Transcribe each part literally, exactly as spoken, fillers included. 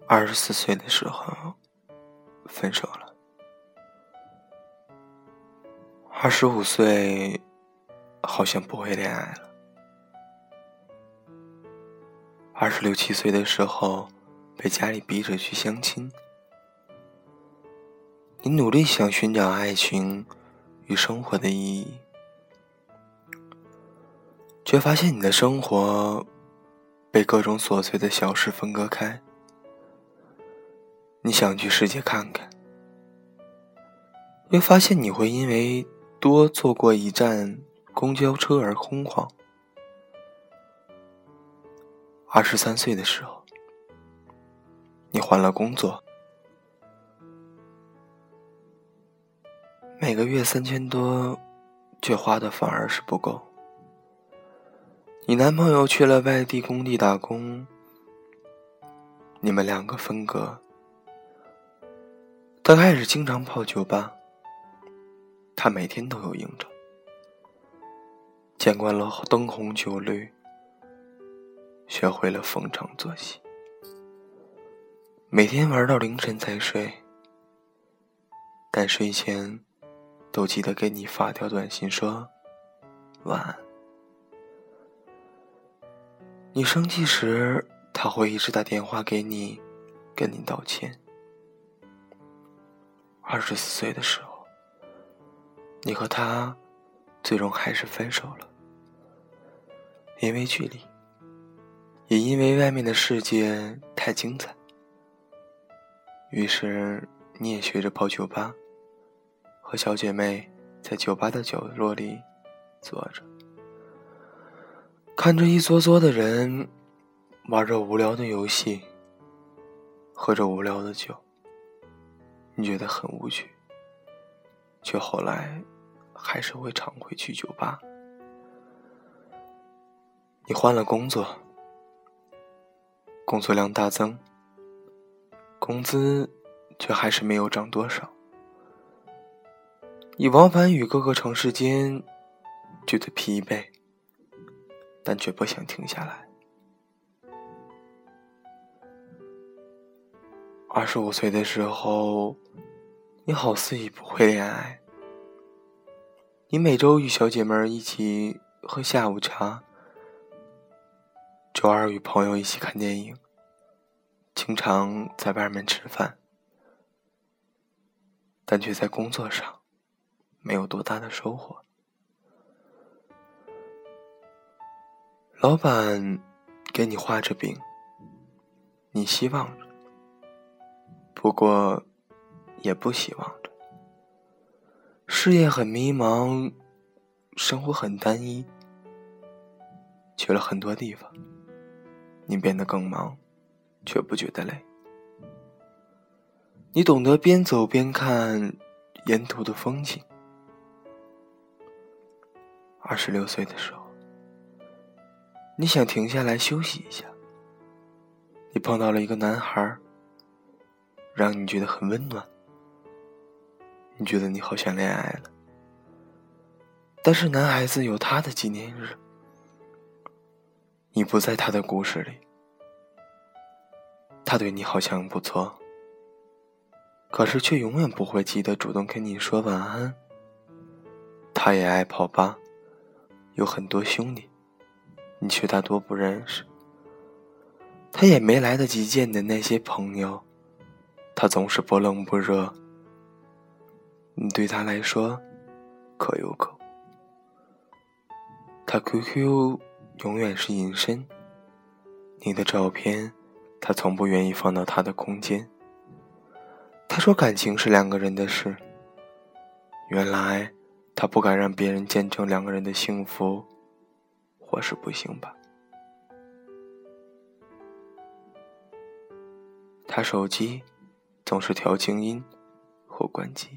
二十四岁的时候分手了。二十五岁好像不会恋爱了。二十六七岁的时候被家里逼着去相亲。你努力想寻找爱情与生活的意义，却发现你的生活被各种琐碎的小事分割开。你想去世界看看，又发现你会因为多坐过一站公交车而空慌。二十三岁的时候，你换了工作，每个月三千多，却花的反而是不够。你男朋友去了外地工地打工，你们两个分隔。他开始经常泡酒吧，他每天都有应酬，见惯了灯红酒绿，学会了逢场作戏，每天玩到凌晨才睡，但睡前都记得给你发条短信说晚安。你生气时，他会一直打电话给你，跟你道歉。二十四岁的时候，你和他最终还是分手了，因为距离，也因为外面的世界太精彩。于是你也学着泡酒吧，和小姐妹在酒吧的角落里坐着，看着一桌桌的人玩着无聊的游戏，喝着无聊的酒。你觉得很无趣，却后来还是会常会去酒吧。你换了工作，工作量大增，工资却还是没有涨多少。你往返于各个城市间，觉得疲惫，但却不想停下来。二十五岁的时候，你好似已不会恋爱。你每周与小姐妹一起喝下午茶，周二与朋友一起看电影，经常在外面吃饭，但却在工作上没有多大的收获。老板给你画着饼，你希望着，不过也不希望着。事业很迷茫，生活很单一。去了很多地方，你变得更忙，却不觉得累。你懂得边走边看沿途的风景。二十六岁的时候，你想停下来休息一下。你碰到了一个男孩，让你觉得很温暖。你觉得你好像恋爱了，但是男孩子有他的纪念日，你不在他的故事里。他对你好像不错，可是却永远不会记得主动跟你说晚安。他也爱跑吧，有很多兄弟，你却大多不认识。他也没来得及见的那些朋友，他总是不冷不热。你对他来说可有可无。他 Q Q 永远是隐身，你的照片他从不愿意放到他的空间。他说感情是两个人的事，原来他不敢让别人见证两个人的幸福或是不幸吧。他手机总是调静音或关机。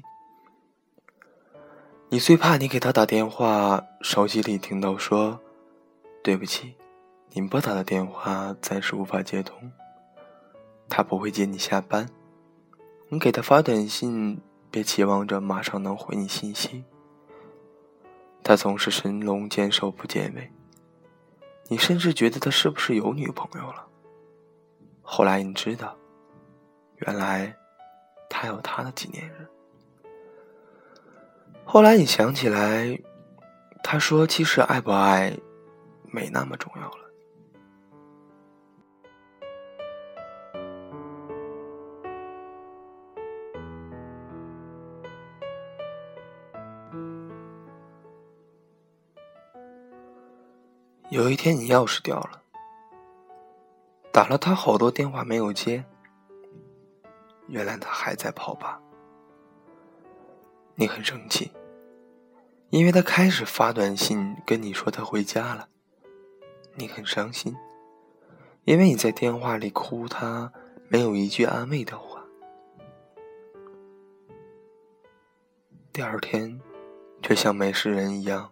你最怕你给他打电话，手机里听到说对不起，您拨打的电话暂时无法接通。他不会接你下班，你给他发短信，别期望着马上能回你信息。他总是神龙见首不见尾，你甚至觉得他是不是有女朋友了。后来你知道， 原来他有他的纪念日。后来你想起来，他说其实爱不爱没那么重要了。有一天你钥匙掉了，打了他好多电话没有接，原来他还在跑吧。你很生气，因为他开始发短信跟你说他回家了。你很伤心，因为你在电话里哭他没有一句安慰的话。第二天却像没事人一样，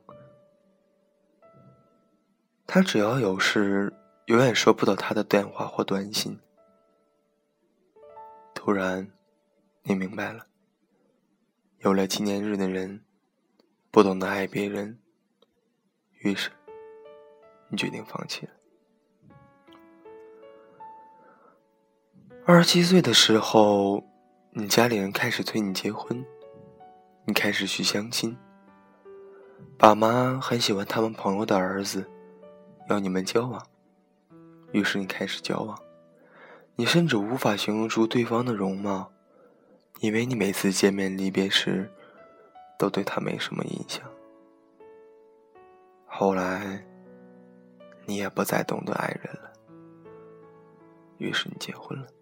他只要有事永远收不到他的电话或短信。突然你明白了，有了纪念日的人不懂得爱别人，于是你决定放弃了。二十七岁的时候，你家里人开始催你结婚，你开始去相亲。爸妈很喜欢他们朋友的儿子，要你们交往，于是你开始交往。你甚至无法形容出对方的容貌，因为你每次见面离别时都对他没什么印象。后来你也不再懂得爱人了，于是你结婚了。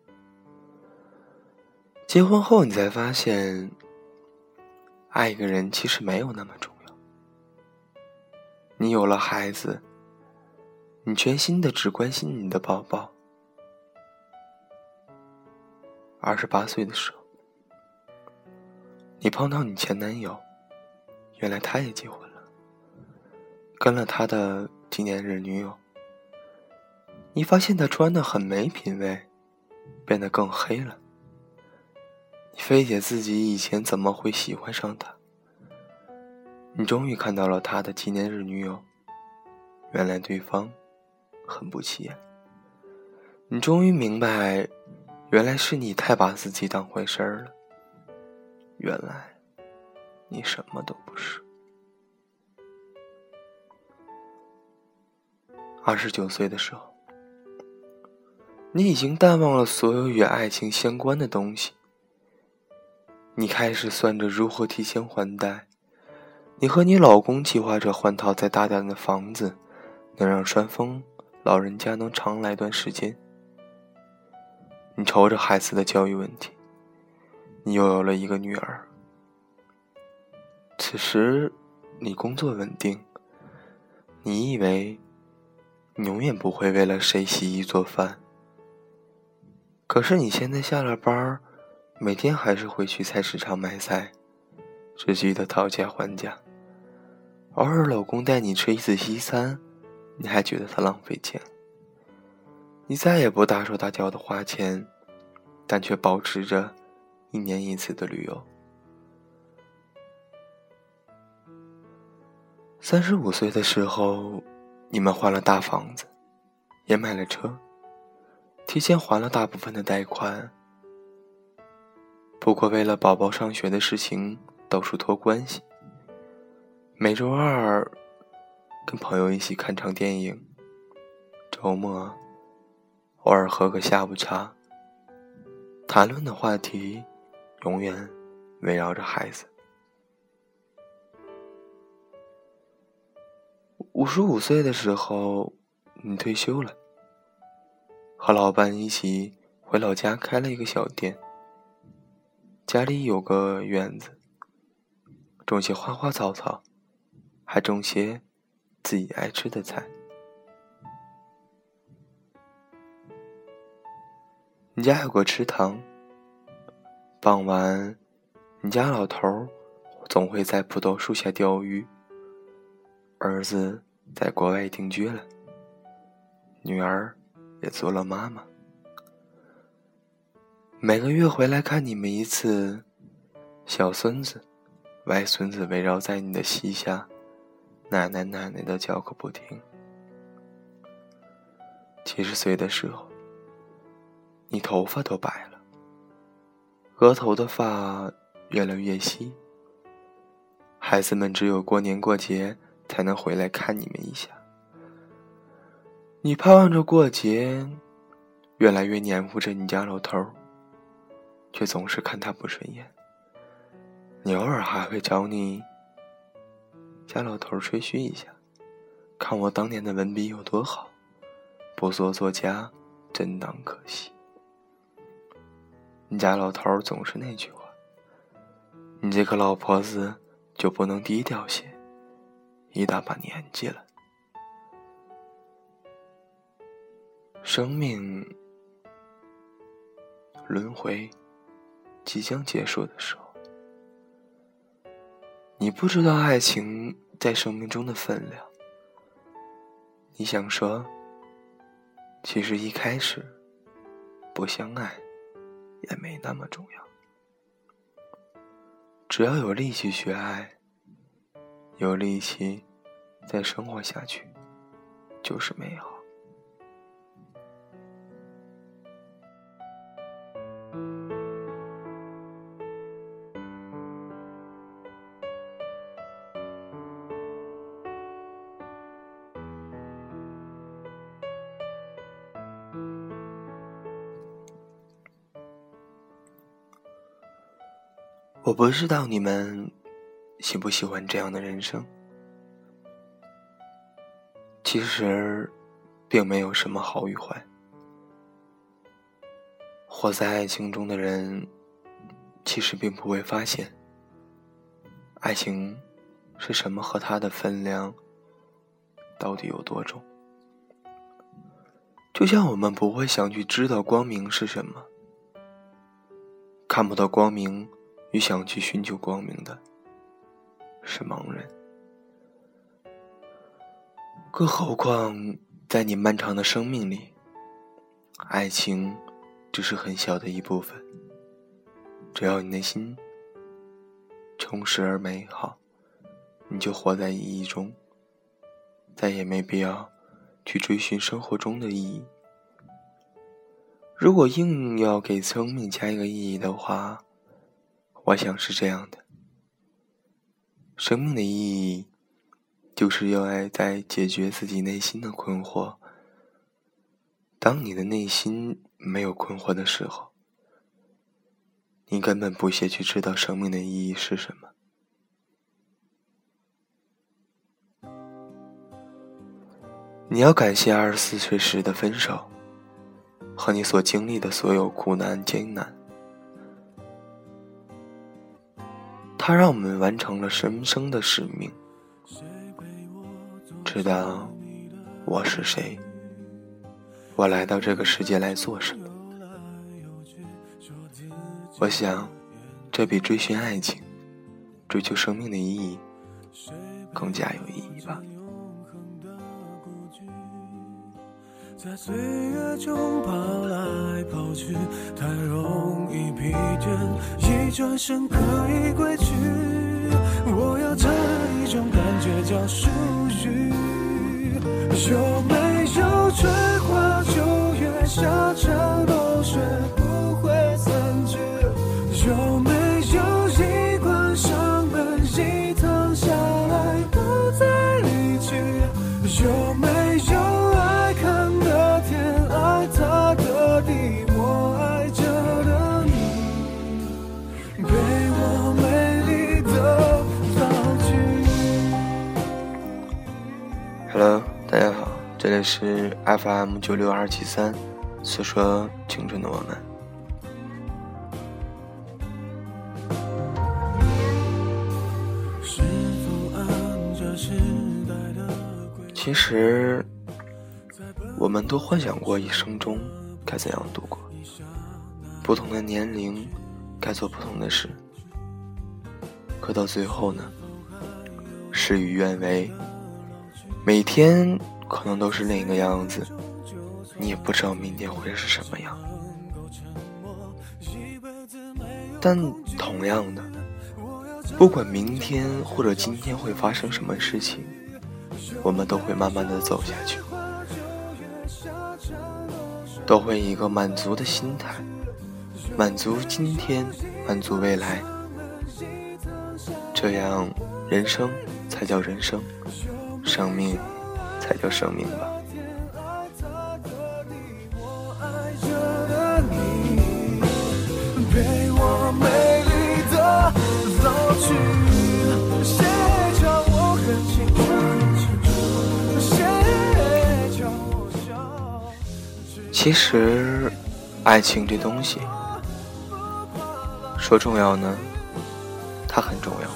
结婚后你才发现，爱一个人其实没有那么重要。你有了孩子，你全心的只关心你的宝宝。二十八岁的时候，你碰到你前男友，原来他也结婚了，跟了他的纪念日女友。你发现他穿得很没品味，变得更黑了。你费解自己以前怎么会喜欢上他。你终于看到了他的纪念日女友，原来对方很不起眼。你终于明白，原来是你太把自己当回事儿了，原来你什么都不是。二十九岁的时候，你已经淡忘了所有与爱情相关的东西。你开始算着如何提前还贷，你和你老公计划着换套再大点的房子，能让山峰老人家能常来段时间。你愁着孩子的教育问题，你又有了一个女儿。此时你工作稳定，你以为你永远不会为了谁洗衣做饭，可是你现在下了班，每天还是会去菜市场买菜，持续的讨价还价。偶尔老公带你吃一次西餐，你还觉得他浪费钱。你再也不大手大脚的花钱，但却保持着一年一次的旅游。三十五岁的时候，你们换了大房子，也买了车，提前还了大部分的贷款。不过为了宝宝上学的事情到处托关系，每周二跟朋友一起看场电影，周末偶尔喝个下午茶，谈论的话题永远围绕着孩子。五十五岁的时候，你退休了，和老伴一起回老家开了一个小店，家里有个院子，种些花花草草，还种些自己爱吃的菜。你家有个池塘，傍晚你家老头总会在葡萄树下钓鱼。儿子在国外定居了，女儿也做了妈妈。每个月回来看你们一次，小孙子、外孙子围绕在你的膝下，奶奶奶奶的叫个不停。七十岁的时候，你头发都白了， 额头的发越来越稀，孩子们只有过年过节才能回来看你们一下。你盼望着过节，越来越黏糊着你家老头，却总是看他不顺眼。你偶尔还会找你家老头吹嘘一下，看我当年的文笔有多好，不做作家真当可惜。你家老头总是那句话，你这个老婆子就不能低调些，一大把年纪了。生命轮回即将结束的时候，你不知道爱情在生命中的分量。你想说，其实一开始不相爱也没那么重要，只要有力气去爱，有力气再生活下去，就是美好。我不知道你们喜不喜欢这样的人生，其实并没有什么好与坏。活在爱情中的人其实并不会发现爱情是什么和它的分量到底有多重。就像我们不会想去知道光明是什么，看不到光明与想去寻求光明的是盲人。更何况在你漫长的生命里，爱情只是很小的一部分。只要你内心充实而美好，你就活在意义中，再也没必要去追寻生活中的意义。如果硬要给生命加一个意义的话，我想是这样的：生命的意义就是要爱在解决自己内心的困惑。当你的内心没有困惑的时候，你根本不屑去知道生命的意义是什么。你要感谢二十四岁时的分手和你所经历的所有苦难艰难，它让我们完成了人生的使命，知道我是谁，我来到这个世界来做什么。我想这比追寻爱情，追求生命的意义更加有意义吧。 在岁月中跑来跑去，太容易疲倦，一转身可以归去。我要这一种感觉叫属于，有没有吹花秋月，下场都学不会散去，有没有一关上门，一趟下来不再离去，有没有他的地，我爱着的你，陪我美丽的老去。 Hello， 大家好，这里是 F M 九六二七三，诉说青春的我们。其实我们都幻想过一生中该怎样度过，不同的年龄该做不同的事，可到最后呢，事与愿违，每天可能都是另一个样子，你也不知道明天会是什么样。但同样的，不管明天或者今天会发生什么事情，我们都会慢慢的走下去，都会以一个满足的心态满足今天，满足未来，这样人生才叫人生，生命才叫生命吧。 陪我美丽的老去，谁叫我很清楚，谁叫我笑。 其实爱情这东西说重要呢，它很重要；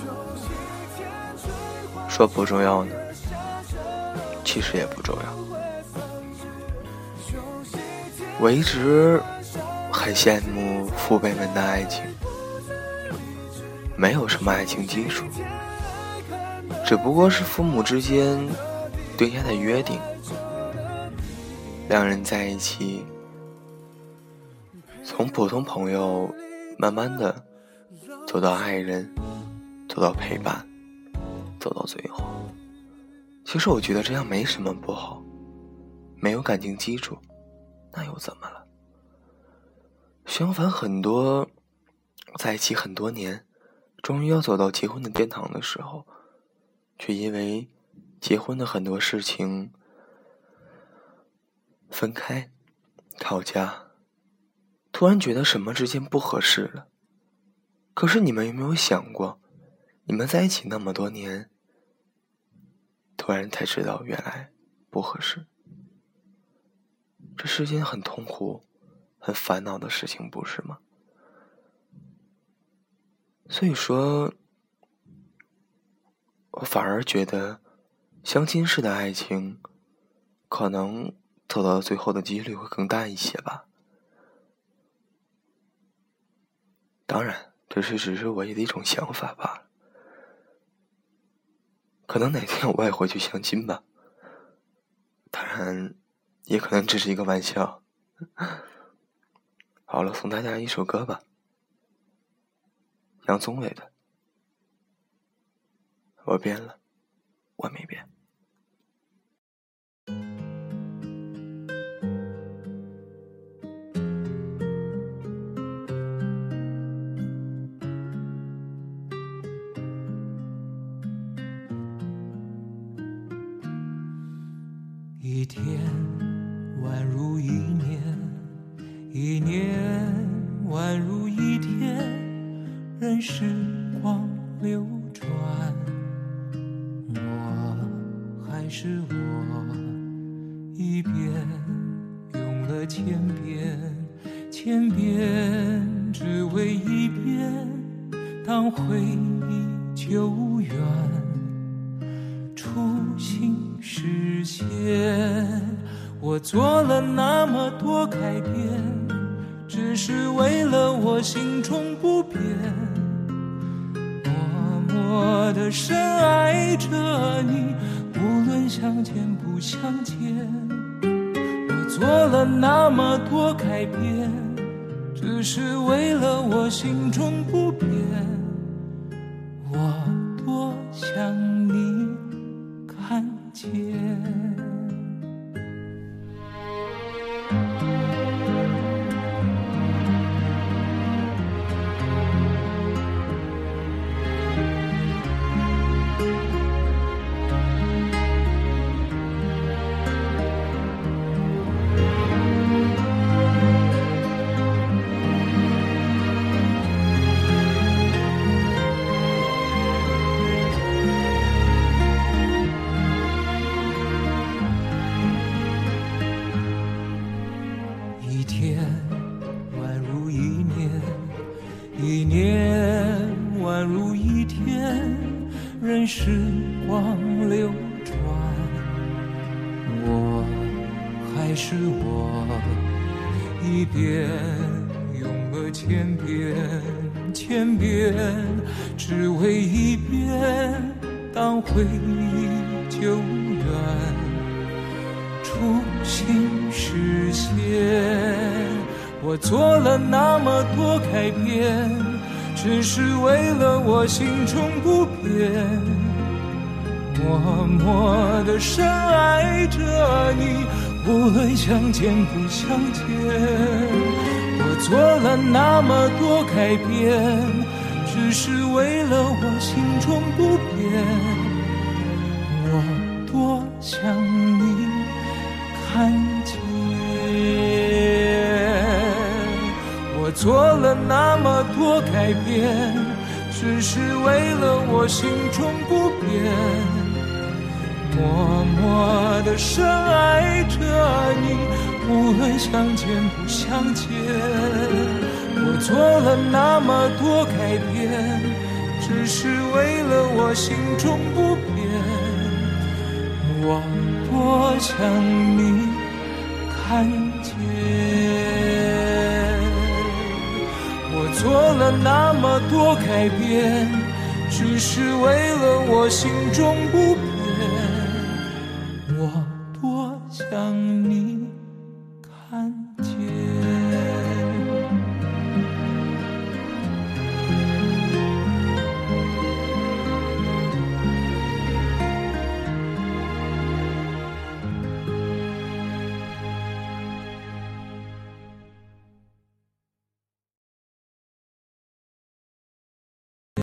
说不重要呢，其实也不重要。我一直很羡慕父辈们的爱情，没有什么爱情基础，只不过是父母之间对下的约定，两人在一起，从普通朋友慢慢的走到爱人，走到陪伴，走到最后。其实我觉得这样没什么不好，没有感情基础，那又怎么了？相反，很多在一起很多年，终于要走到结婚的殿堂的时候，却因为结婚的很多事情分开、吵架，突然觉得什么之间不合适了。可是你们有没有想过，你们在一起那么多年，突然才知道原来不合适，这是件很痛苦很烦恼的事情，不是吗？所以说我反而觉得相亲式的爱情可能走到最后的几率会更大一些吧。当然这是只是我的一种想法吧，可能哪天我也会去相亲吧，当然也可能只是一个玩笑。好了，送大家一首歌吧，杨宗纬的《我变了，我没变》。 一天宛如一年，一年宛如一天，任时光流转，我还是我，一遍用了千遍，千遍只为一遍，当回忆久远，初心实现。我做了那么多改变，只是为了我心中不变，默默地深爱着你，无论相见不相见。我做了那么多改变，只是为了我心中不变，我多想你看见。一天宛如一年，一年宛如一天，任时光流转，我还是我，一遍用了千遍，千遍只为一遍，当回忆久远，初心实现。我做了那么多改变，只是为了我心中不变，默默地深爱着你，无论相见不相见。我做了那么多改变，只是为了我心中不变。我多想你看见，我做了那么多改变，只是为了我心中不变。默默地深爱着你，无论相见不相见。我做了那么多改变，只是为了我心中不变。我多想你看见，我做了那么多改变，只是为了我心中不变。我多想你看见。